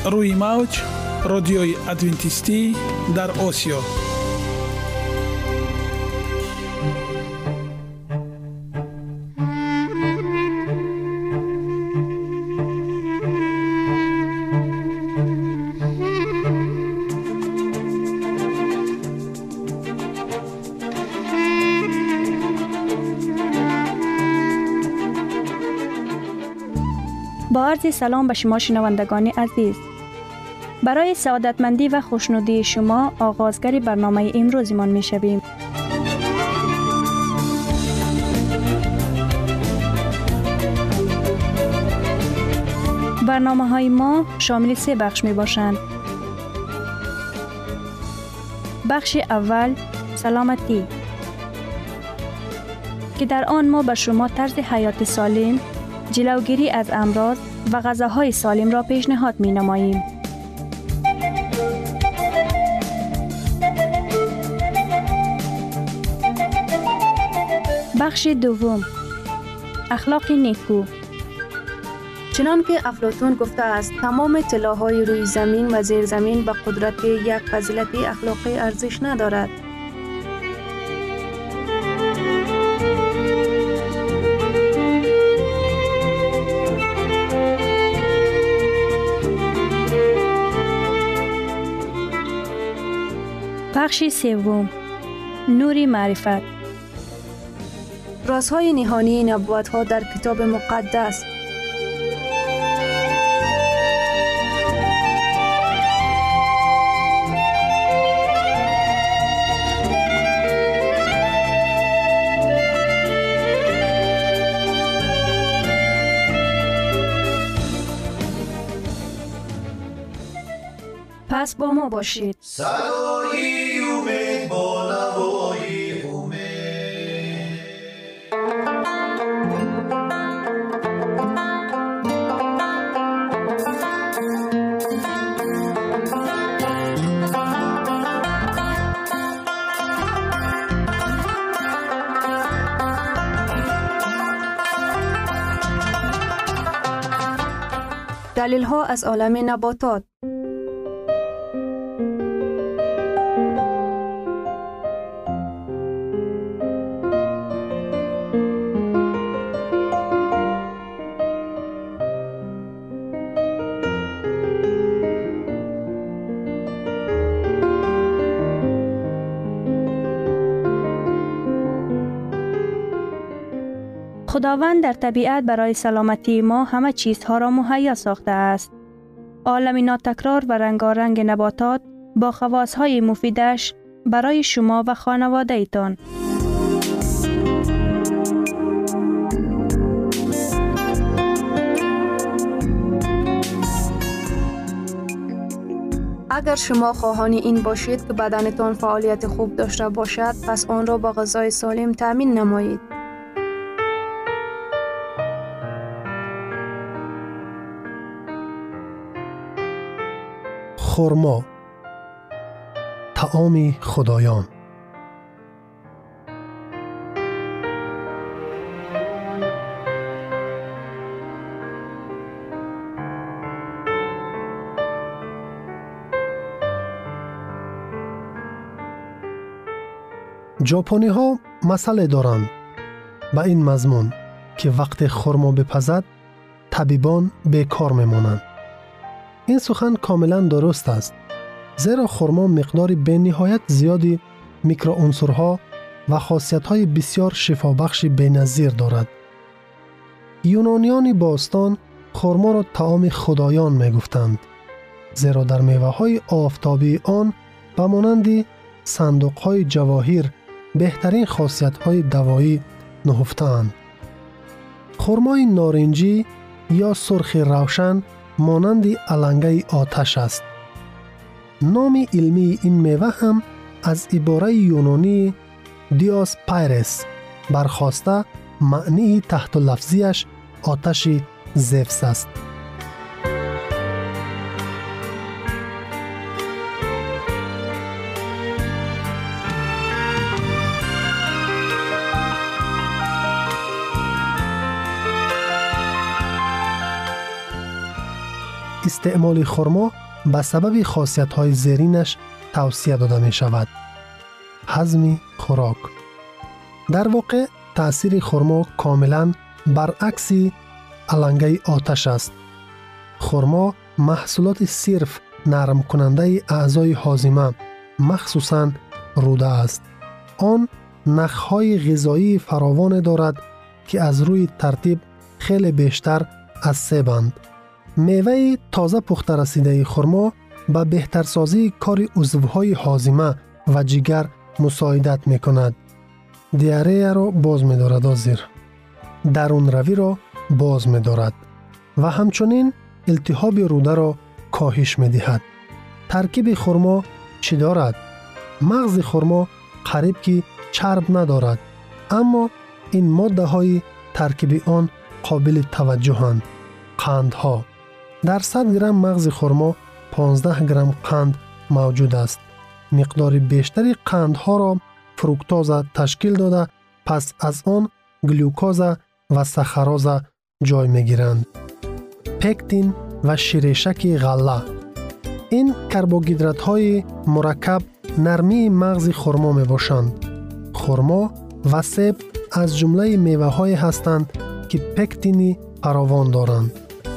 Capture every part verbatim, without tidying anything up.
روی موج رادیوی ادوینتیستی در آسیا. با عرض سلام به شما شنوندگان عزیز. برای سعادتمندی و خوشنودی شما آغازگر برنامه امروزمان می شویم. برنامه های ما شامل سه بخش می باشند. بخش اول سلامتی که در آن ما به شما طرز حیات سالم، جلوگیری از امراض و غذاهای سالم را پیشنهاد می نماییم. بخش دوم اخلاق نیکو. چنان که افلاطون گفته است تمام طلاهای روی زمین و زیر زمین به قدرت یک فضیلت اخلاقی ارزش ندارد. بخش سوم نور معرفت. رازهای نهانی نبوت‌ها در کتاب مقدس. پس با ما باشید. صدای امید با نوای امید. دلیل ها از عالم نباتات. خداوند در طبیعت برای سلامتی ما همه چیزها را مهیا ساخته است. عالم ناتکرار و رنگارنگ نباتات با خواصهای مفیدش برای شما و خانواده ایتان. اگر شما خواهان این باشید که بدنتان فعالیت خوب داشته باشد، پس آن را با غذای سالم تامین نمایید. خرما، طعام خدایان. ژاپنی ها مسئله دارند با این مضمون که وقت خرما بپزد طبیبان بیکار میمانند. این سخن کاملا درست است، زیرا خرما مقدار به نهایت زیادی میکروعنصرها و خاصیت‌های بسیار شفابخش بی‌نظیر دارد. یونانیان باستان خرما را طعام خدایان می‌گفتند، زیرا در میوه‌های آفتابی آن به مانند صندوق‌های جواهر بهترین خاصیت‌های دوایی نهفته‌اند. خرمای نارنجی یا سرخ روشن مانند علنگه آتش است. نام علمی این میوه هم از عباره یونانی دیاس پایرس برخواسته معنی تحت لفظیش آتش زفس است. استعمال خرما به سبب خاصیت‌های زیرینش توصیه داده می شود. هضم خوراک. در واقع تأثیر خرما کاملاً برعکس علنگه آتش است. خرما محصولات صرف نرم کننده اعضای هاضمه مخصوصاً روده است. آن نخهای غذایی فراوان دارد که از روی ترتیب خیلی بیشتر از سیبند. میوه تازه پخته رسیده خرما به بهترسازی کار عضوهای هاضمه و جگر مساعدت می کند. دیاره را باز می دارد آزیر. درون روی را باز می دارد و همچنین التهاب روده را کاهش می دهد. ترکیب خرما چی دارد؟ مغز خرما قریب که چرب ندارد، اما این ماده های ترکیب آن قابل توجهند. قندها. در صد گرم مغز خرما پانزده گرم قند موجود است. مقدار بیشتری قندها را فروکتوز تشکیل داده، پس از آن گلوکوز و ساخاروز جای می گیرند. پکتین و شیرشک غله. این کربوهیدرات های مرکب نرمی مغز خرما می باشند. خرما و سیب از جمله میوه های هستند که پکتینی فراوان دارند.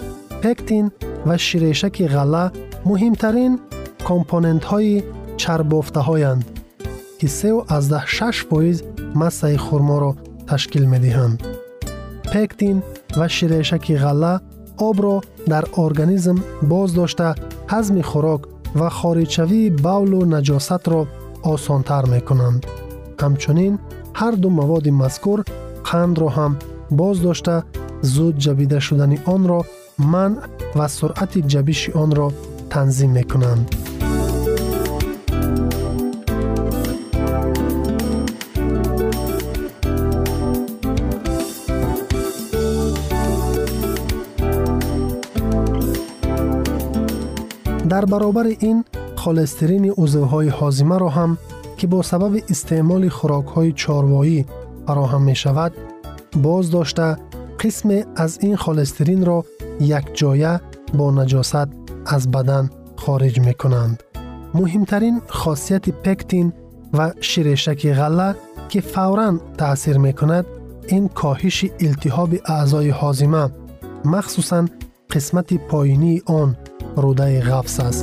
پکتین و شیرشک غله مهمترین کامپوننت های چربافته هایند که سه و از ده شش فیصد ماسه خرما را تشکیل می دهند. پکتین و شیرشک غله آب را در ارگانیسم باز داشته هضم خوراک و خارجشوی بول و نجاست را آسانتر می کنند. همچنین هر دو مواد مذکور قند را هم باز داشته زود جبیده شدن آن را منع و سرعت جبش آن را تنظیم می کنند. در برابر این کلسترول عضوهای هاضمه را هم که با سبب استعمال خوراک‌های چاروایی فراهم می‌شود باز داشته قسم از این کلسترول را یک جایه با نجاست از بدن خارج می‌کنند. مهمترین خاصیت پکتین و شیرشک غله که فوراً تأثیر می‌کند این کاهش التهاب اعضای هاضمه مخصوصاً قسمت پایینی آن روده قفس است.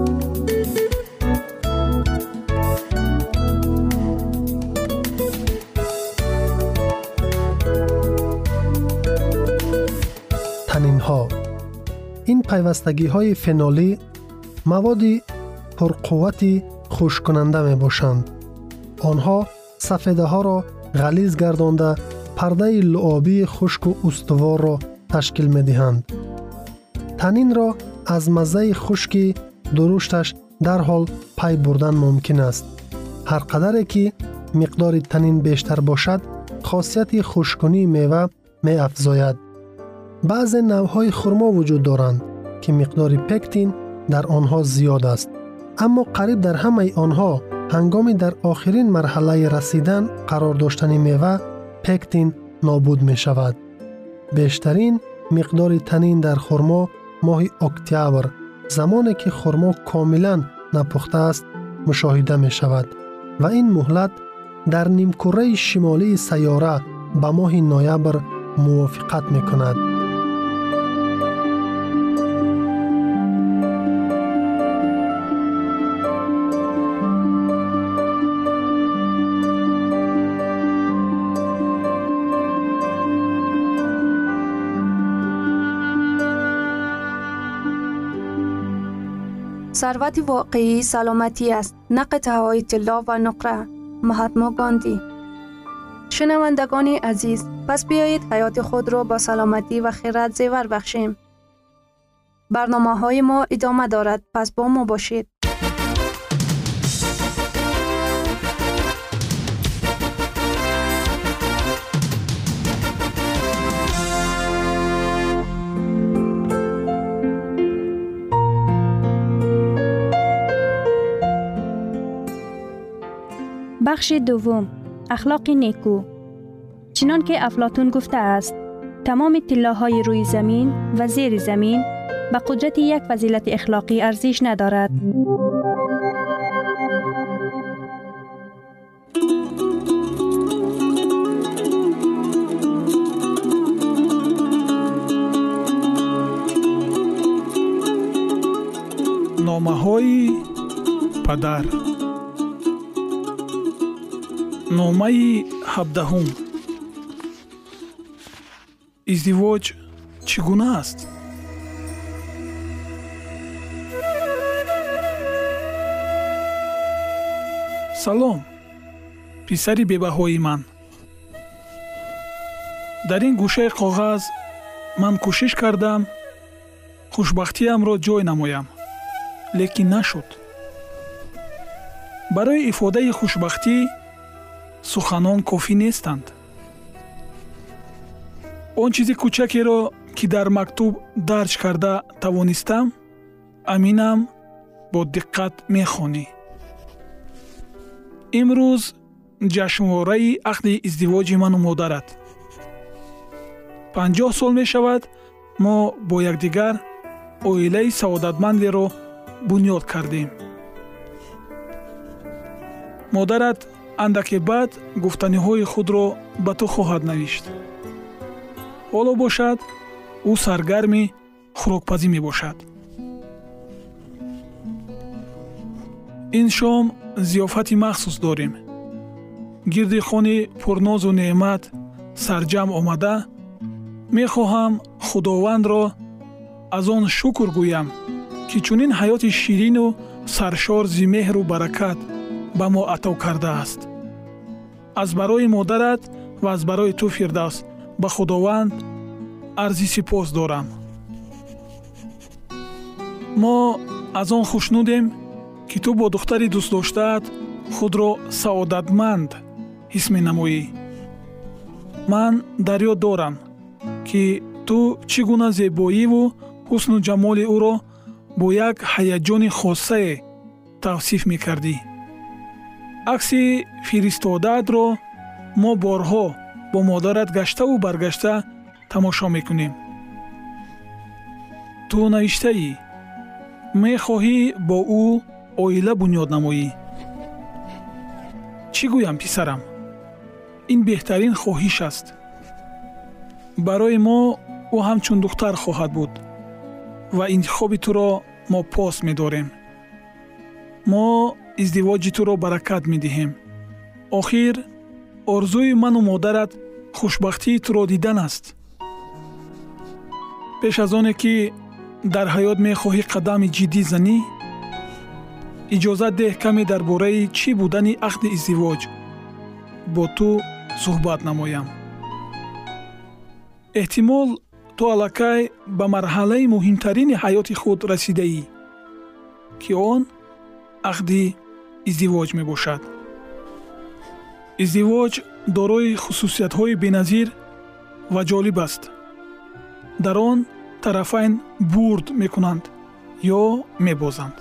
تنین‌ها. این پیوستگی های فنولی مواد پرقوت خشک کننده می باشند. آنها سفیده ها را غلیظ گردانده پرده لعابی خشک و استوار را تشکیل می دهند. تنین را از مزه خشکی درشتش در حال پی بردن ممکن است. هر قدر که مقدار تنین بیشتر باشد خاصیت خشککنی میوه می افزاید. بعض نوعهای خرما وجود دارند که مقدار پکتین در آنها زیاد است، اما قریب در همه آنها هنگامی در آخرین مرحله رسیدن قرار داشتن میوه پکتین نابود می شود. بیشترین مقدار تنین در خرما ماه اکتبر، زمانی که خرما کاملا نپخته است، مشاهده می شود و این مهلت در نیمکره شمالی سیاره به ماه نوامبر موافقت می کند. ثروت واقعی سلامتی است، نه قطعه‌های طلا و نقره. مهاتما گاندی. شنوندگان عزیز، پس بیایید حیات خود را با سلامتی و خیرات زیور بخشیم. برنامه‌های ما ادامه دارد، پس با ما باشید. بخش دوم، اخلاق نیکو. چنان که افلاطون گفته است، تمام طلاهای روی زمین و زیر زمین به قدرت یک فضیلت اخلاقی ارزش ندارد. نامه‌های پدر. نامه هفدهم. ازدواج چگونه است؟ سلام پسری بебаҳои ман. дар ин гӯшаи коғаз ман кӯшиш кардам хушбахтиамро ҷой намоям, лекин нашуд. барои ифодаи хушбахтӣ суханон кофӣ нестанд. он чизи кӯчакеро ки дар мактуб дарҷ карда тавонистам, аминам бо диққат мехонӣ. имрӯз ҷашнвораи ақди издивоҷи ману модарат. панҷоҳ сол мешавад мо бо якдигар оилаи саодатмандеро бунёд кардем. модарат андаке баъд гуфтаниҳои худро ба ту хоҳад навишт. ҳоло бошад ӯ саргарми хӯрокпазӣ мебошад. ин шом зиёфати махсус дорем. гирди хони пурнозу неъмат сарҷамъ омада мехоҳам худовандро аз он шукр гӯям, ки чунин ҳаёти ширину саршор зи меҳру баракат ба мо ато кардааст. аз барои модарат ва аз барои ту Фирдавс ба худованд арзи сипос дорам. мо аз он хушнудем, ки ту бо духтари дӯстдоштаат худро саодатманд ҳис менамоӣ. ман дар ёд дорам, ки ту чӣ гуна зебоиву ҳусну ҷамоли ӯро бо як ҳаяҷони хоссае тавсиф мекардӣ. акси фиристодаатро мо борҳо бо модарат гаштаву баргашта тамошо мекунем. ту навиштаӣ мехоҳӣ бо ӯ оила бунёд намоӣ. чӣ гӯям писарам? ин беҳтарин хоҳиш аст. барои мо ӯ ҳамчун духтар хоҳад буд ва интихоби туро мо пос медорем. мо издивоҷи туро баракат медиҳем. охир орзуи ману модарат хушбахтии туро дидан аст. пеш аз оне ки дар ҳаёт мехоҳӣ қадами ҷиддӣ занӣ, иҷозат деҳ каме дар бораи чӣ будани ақди издивоҷ бо ту суҳбат намоям. эҳтимол ту аллакай ба марҳалаи муҳимтарини ҳаёти худ расидаӣ, ки он ақди издивоҷ мебошад. издивоҷ дорои хусусиятҳои беназир ва ҷолиб аст. дар он тарафайн бурд мекунанд ё мебозанд.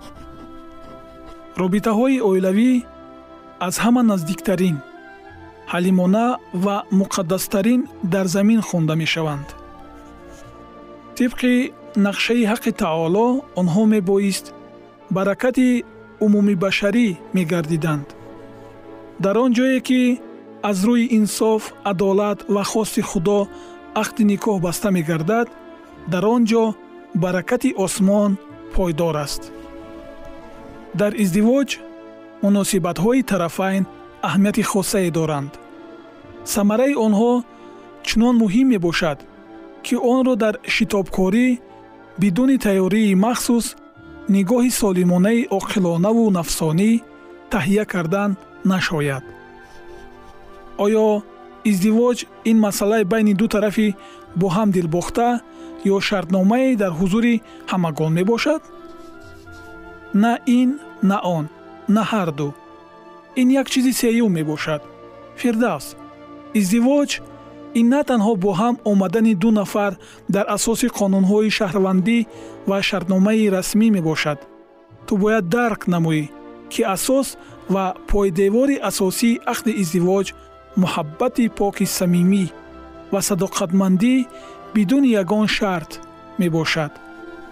робитаҳои оилавӣ аз ҳама наздиктарин, ҳалимона ва муқаддастарин дар замин хонда мешаванд. тибқи нақшаи ҳаққи таоло онҳо мебоист баракати умумибашарӣ мегардиданд. дар он ҷое ки аз рӯи инсоф, адолат ва хости худо ақди никоҳ баста мегардад, дар он ҷо баракати осмон пойдор аст. дар издивоҷ муносибатҳои тарафайн аҳамияти хосае доранд. самараи онҳо чунон муҳим мебошад, ки онро дар шитобкорӣ бидуни тайёрии махсус нигоҳи солимонаи оқилонаву нафсонӣ таҳия кардан нашояд. оё издивоҷ ин масъалаи байни ду тарафи бо ҳам дилбохта ё шартномае дар ҳузури ҳамагон мебошад? на ин, на он, на ҳарду. ин як чизи сеюм мебошад. Фирдавс, издивоҷ ин на танҳо бо ҳам омадани ду нафар дар асоси қонунҳои шаҳрвандӣ ва шартномаи расмӣ мебошад. ту бояд дарк намоӣ, ки асос ва пойдевори асосии ақди издивоҷ муҳаббати поки самимӣ ва садоқатмандӣ бидуни ягон шарт мебошад.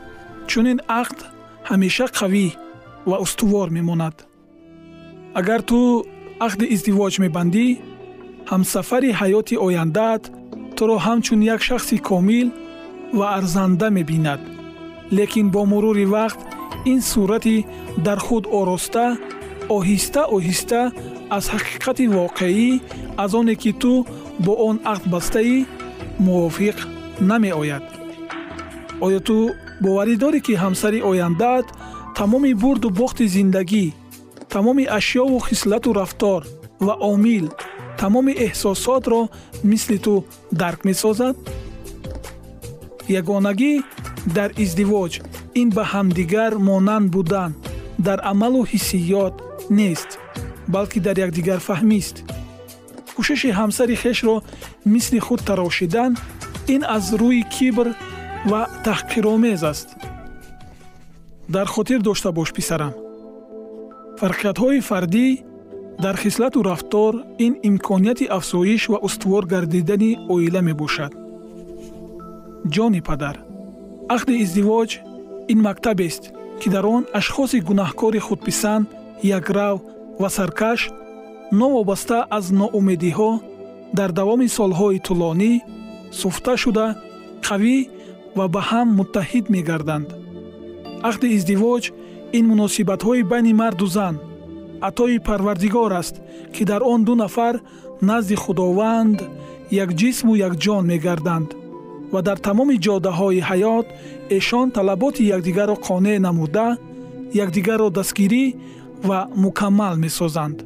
چون این عقد همیشه قوی و استوار میماند. اگر تو عقد ازدواج میبندی، همسفر حیات آینده‌ات تو را همچون یک شخص کامل و ارزنده میبیند. لیکن با مرور وقت این صورتی در خود آراسته آهسته آهسته از حقیقت واقعی از آنی که تو با آن عقد بسته ای موافق نمی آید. آیا تو باوری داری که همسر آینده‌ات تمام برد و باخت زندگی، تمام اشیا و خصلت و رفتار و عامل، تمام احساسات را مثل تو درک می سازد؟ یگانگی در ازدواج این به همدیگر مانند بودن در عمل و حسیات نیست، بلکه در یکدیگر فهمی است. کوشش همسر خویش را مثل خود تراشیدن این از روی کبر و تحقیرآمیز است. در خاطر داشته باش پسرم، فرقیت‌های فردی در خصلت و رفتار این امکانیت افزایش و استوار گردیدن عائله می باشد. جان پدر، عقد ازدواج این مکتب است که در آن اشخاص گناهکار خودپسند، یکرو و سرکش، نوابسته از ناامیدی‌ها در دوام سالهای طولانی سفته شده قوی و به هم متحد می گردند. عقد ازدواج این مناسبت‌های بین مرد و زن عطای پروردگار است که در آن دو نفر نزد خداوند یک جسم و یک جان می گردند و در تمام جاده‌های حیات ایشان طلبات یکدیگر را قانع نموده یکدیگر را دستگیری و مکمل می سازند.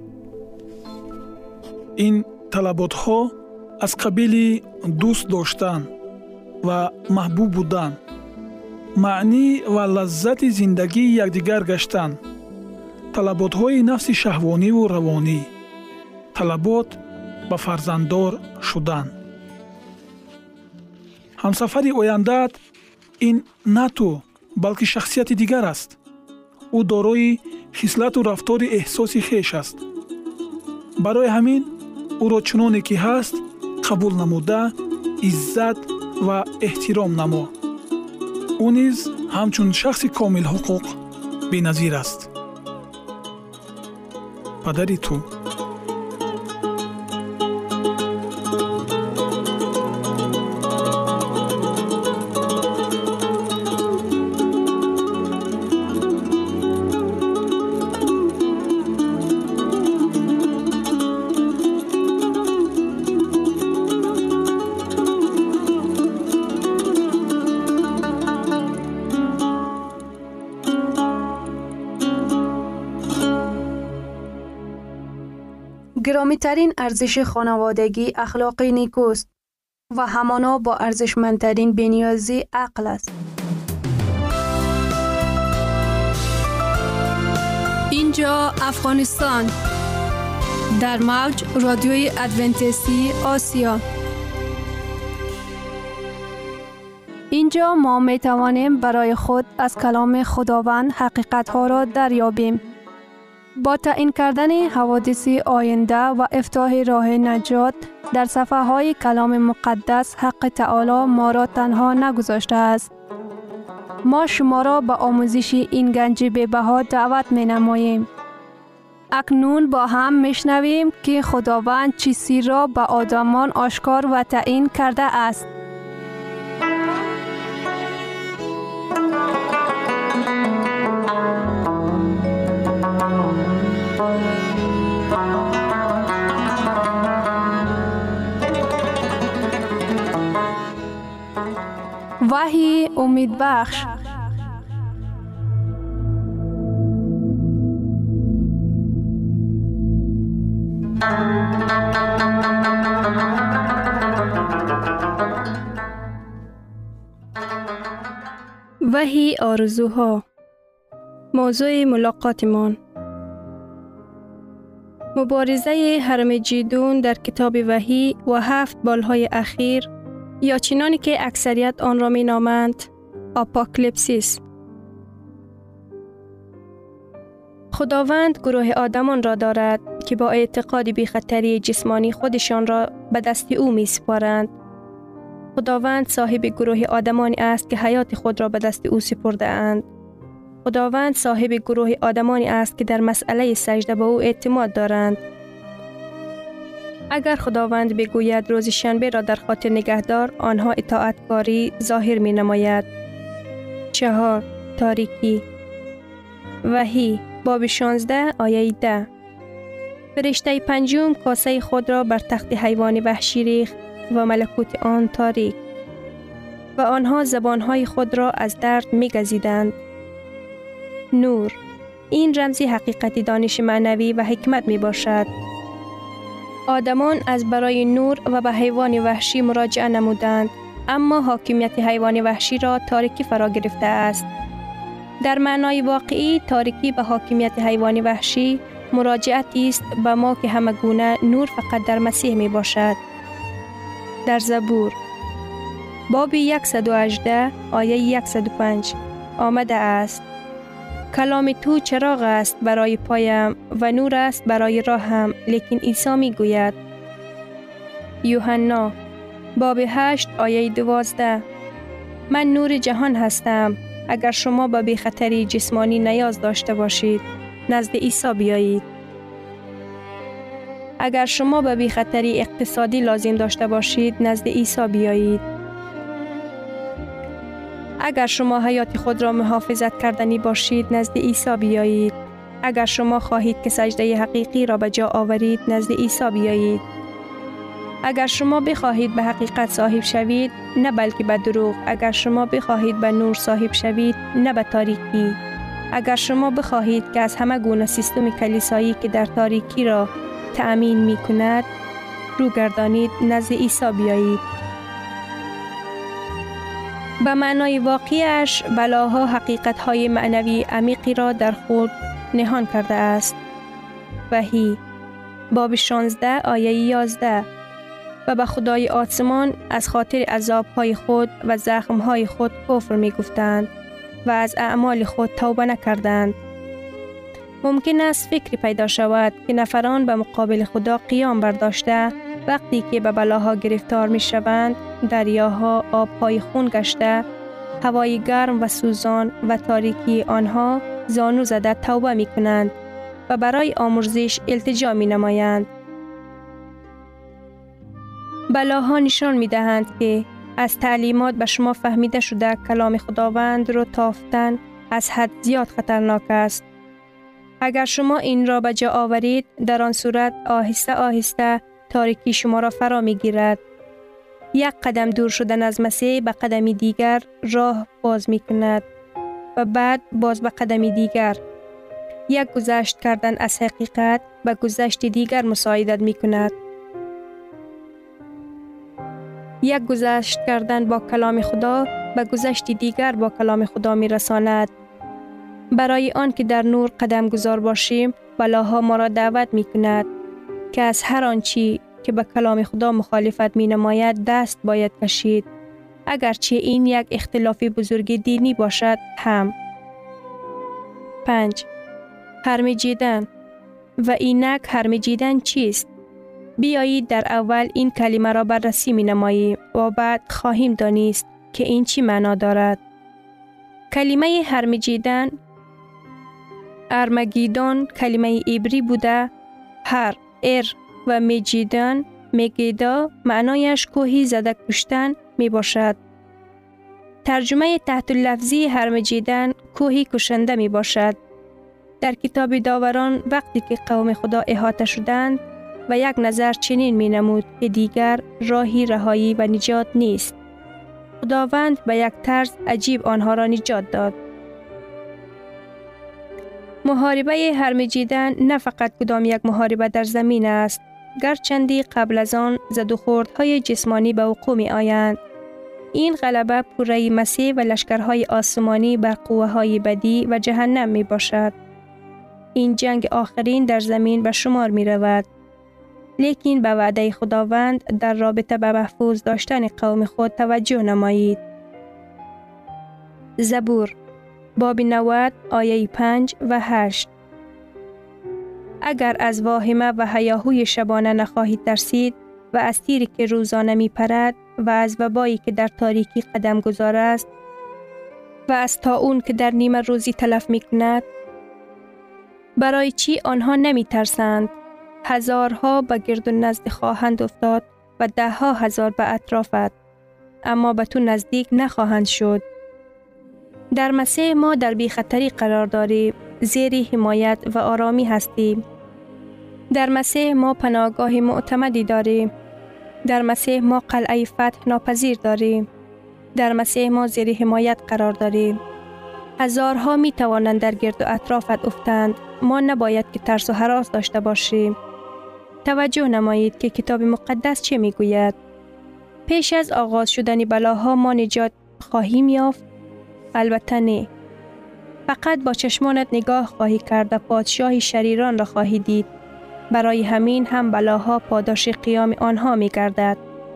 این طلبات‌ها از قبیل دوست داشتن و محبوب بودن، معنی و لذت زندگی یکدیگر گشتن، طلبات‌های نفس شهوانی و روانی، طلبات به فرزنددار شدن. همسفر آینده‌ات این نه تو بلکه شخصیت دیگر است. او دارای خصلت و رفتار احساسی خویش است. برای همین او را چنانی که هست قبول نموده عزت و احترام نما. او نیز همچون شخص کامل حقوق بی‌نظیر است. پدری تو. گرامی‌ترین ارزش خانوادگی اخلاق نیکوست و همانا با ارزشمندترین بی‌نیازی عقل است. اینجا افغانستان در موج رادیوی ادونتیستی آسیا. اینجا ما می توانیم برای خود از کلام خداوند حقیقت‌ها را دریابیم. با تعیین کردن حوادث آینده و افتتاح راه نجات در صفحه های کلام مقدس، حق تعالی ما را تنها نگذاشته است. ما شما را به آموزش این گنج بی‌بها دعوت می نماییم. اکنون با هم می شنویم که خداوند چه سیر را به آدمان آشکار و تعیین کرده است. وحی امید بخش. وحی آرزوها. موضوع ملاقاتمان: مبارزه هرمجدون در کتاب وحی و هفت بالهای اخیر، یا چنانی که اکثریت آن را می نامند آپوکلیپسیس. خداوند گروه آدمان را دارد که با اعتقاد بی خطری جسمانی خودشان را به دست او می سپارند خداوند صاحب گروه آدمانی است که حیات خود را به دست او سپرده اند. خداوند صاحب گروه آدمانی است که در مسئله سجده به او اعتماد دارند. اگر خداوند بگوید روز شنبه را در خاطر نگهدار، آنها اطاعتکاری ظاهر می نماید. چهار. تاریکی. وحی باب شانزده آیه ده. فرشته پنجم کاسه خود را بر تخت حیوان وحشی ریخت و ملکوت آن تاریک و آنها زبانهای خود را از درد می گزیدند. نور. این رمزی حقیقت دانش معنوی و حکمت می باشد. آدمان از برای نور و به حیوان وحشی مراجعه نمودند، اما حاکمیت حیوان وحشی را تاریکی فرا گرفته است. در معنای واقعی تاریکی به حاکمیت حیوان وحشی مراجعتی است به ما که همه گونه نور فقط در مسیح می باشد. در زبور باب صد و هجده آیه صد و پنج آمده است: کلام تو چراغ است برای پایم و نور است برای راهم. لیکن عیسی می گوید. یوحنا باب هشت آیه دوازده: من نور جهان هستم. اگر شما به بی‌خطری جسمانی نیاز داشته باشید، نزد عیسی بیایید. اگر شما به بی‌خطری اقتصادی لازم داشته باشید، نزد عیسی بیایید. اگر شما حیات خود را محافظت کردنی باشید، نزد عیسی بیایید. اگر شما خواهید که سجده حقیقی را به جا آورید، نزد عیسی بیایید. اگر شما بخواهید به حقیقت صاحب شوید، نه بلکه به دروغ. اگر شما بخواهید به نور صاحب شوید، نه به تاریکی. اگر شما بخواهید که از همه گونه سیستم کلیسایی که در تاریکی را تأمین می کند رو گردانید، نزد عیسی بیایید. به معنای واقعیش بلاها حقیقت‌های معنوی عمیقی را در خود نهان کرده است. وحی باب شانزده آیه یازده: و به خدای آسمان از خاطر عذاب‌های خود و زخم‌های خود کفر می‌گفتند و از اعمال خود توبه نکردند. ممکن است فکری پیدا شود که نفران به مقابل خدا قیام برداشته وقتی که به بلاها گرفتار می‌شوند، دریاها آب‌های خون گشته، هوای گرم و سوزان و تاریکی آنها زانو زده توبه می‌کنند و برای آمرزش التجا می‌نمایند. بلاها نشان می‌دهند که از تعلیمات به شما فهمیده شده کلام خداوند را تافتن از حد زیاد خطرناک است. اگر شما این را به جا آورید، در آن صورت آهسته آهسته تاریکی شما را فرا می‌گیرد. یک قدم دور شدن از مسیح به قدمی دیگر راه باز می‌کند و بعد باز به قدمی دیگر. یک گذشت کردن از حقیقت به گذشت دیگر مساعدت می‌کند. یک گذشت کردن با کلام خدا به گذشت دیگر با کلام خدا می‌رساند. برای آن که در نور قدم گذار باشیم، بلاها ما را دعوت می‌کند که از هر آنچی که به کلام خدا مخالفت می‌نماید دست باید کشید، اگرچه این یک اختلاف بزرگ دینی باشد هم. پنج. هرمجیدن. و اینک هرمجیدن چیست؟ بیایید در اول این کلمه را بررسی می‌نماییم و بعد خواهیم دانست که این چی معنا دارد. کلمه هرمجیدن ارمگیدون کلمه عبری بوده. هر، ار و مجیدن، مگیدا معنایش کوهی زده کشتن می باشد. ترجمه تحت لفظی هرمجیدن کوهی کشنده می باشد. در کتاب داوران وقتی که قوم خدا احاطه شدند و یک نظر چنین می نمود که دیگر راهی رهایی و نجات نیست، خداوند به یک طرز عجیب آنها را نجات داد. محاربه هرمجیدن نه فقط کدام یک محاربه در زمین است، گرچندی قبل از آن زد و خوردهای جسمانی به وقوع می آیند. این غلبه پوره مسیح و لشکرهای آسمانی بر قوه های بدی و جهنم می باشد. این جنگ آخرین در زمین به شمار می رود. لیکن به وعده خداوند در رابطه به محفوظ داشتن قوم خود توجه نمایید. زبور باب نود آیه پنج و هشت: اگر از واهمه و هیاهوی شبانه نخواهید ترسید و از تیری که روزانه می پرد و از وبایی که در تاریکی قدم گذار است و از طاعون که در نیمه روزی تلف می کند؟ برای چی آنها نمی ترسند؟ هزارها به گرد و نزد خواهند افتاد و ده ها هزار به اطرافت، اما به تو نزدیک نخواهند شد. در مسیح ما در بی خطری قرار داریم، زیر حمایت و آرامی هستیم. در مسیح ما پناهگاه معتمدی داریم. در مسیح ما قلعه فتح ناپذیر داریم. در مسیح ما زیر حمایت قرار داریم. هزارها می توانند در گرد و اطرافت افتند. ما نباید که ترس و هراس داشته باشیم. توجه نمایید که کتاب مقدس چه می گوید. پیش از آغاز شدن بلاها ما نجات خواهیم یافت؟ البته نه. فقط با چشمانت نگاه خواهی کرد و پادشاه شریران را خواهی دید. برای همین هم بلاها پاداش قیام آنها می گردد.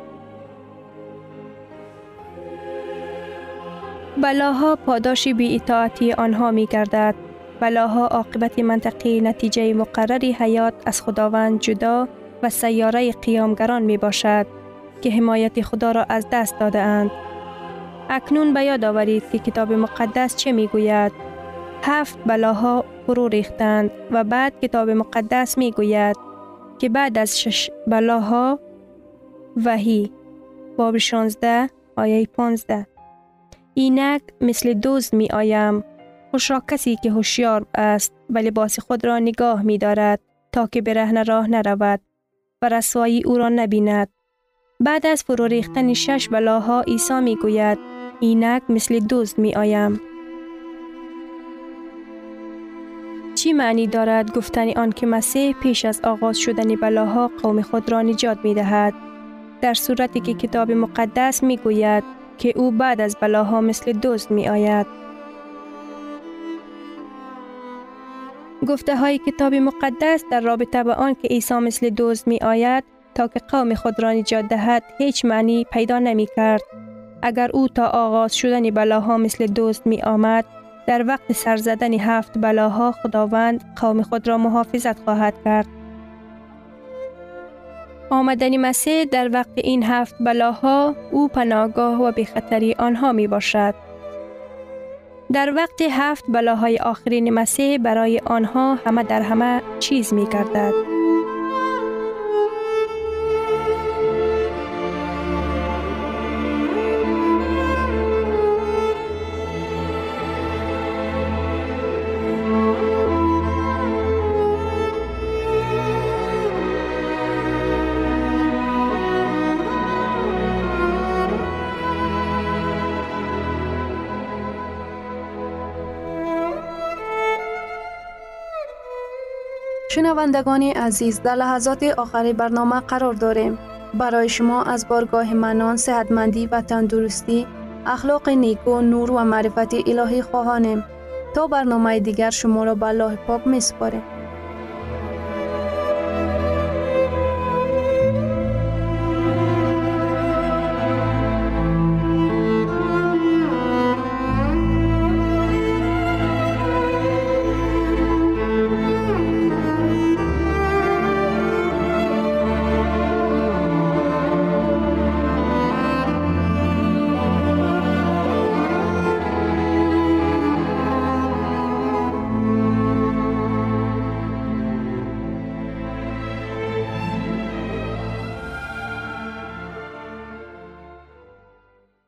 بلاها پاداش بی اطاعتی آنها می گردد. بلاها عاقبت منطقی نتیجه مقرری حیات از خداوند جدا و سیاره قیامگران می باشد که حمایت خدا را از دست داده اند. اکنون به یاد آورید که کتاب مقدس چه می گوید. هفت بلاها فرو ریختند و بعد کتاب مقدس می گوید که بعد از شش بلاها وحی. باب شانزده آیه پانزده. اینک مثل دزد می آیم. خوش را کسی که هوشیار است و لباس خود را نگاه می دارد تا که برهنه راه نرود و رسوایی او را نبیند. بعد از فرو ریختن شش بلاها عیسی می گوید اینک مثل دزد می آیم. چی معنی دارد گفتن آن که مسیح پیش از آغاز شدن بلاها قوم خود را نجات می دهد؟ در صورتی که کتاب مقدس می گوید که او بعد از بلاها مثل دزد می آید. گفته های کتاب مقدس در رابطه با آن که عیسی مثل دزد می آید تا که قوم خود را نجات دهد هیچ معنی پیدا نمی کرد. اگر او تا آغاز شدن بلاها مثل دزد می آمد، در وقت سر زدن هفت بلاها خداوند قوم خود را محافظت خواهد کرد. آمدن مسیح در وقت این هفت بلاها او پناهگاه و بی‌خطری آنها می باشد. در وقت هفت بلاهای آخرین مسیح برای آنها همه در همه چیز می گردد. شنوندگان عزیز، در لحظات آخری برنامه قرار داریم. برای شما از بارگاه منان، صحتمندی و تندرستی، اخلاق نیکو، نور و معرفت الهی خواهانیم. تا برنامه دیگر شما را به الله پاک می‌سپاریم.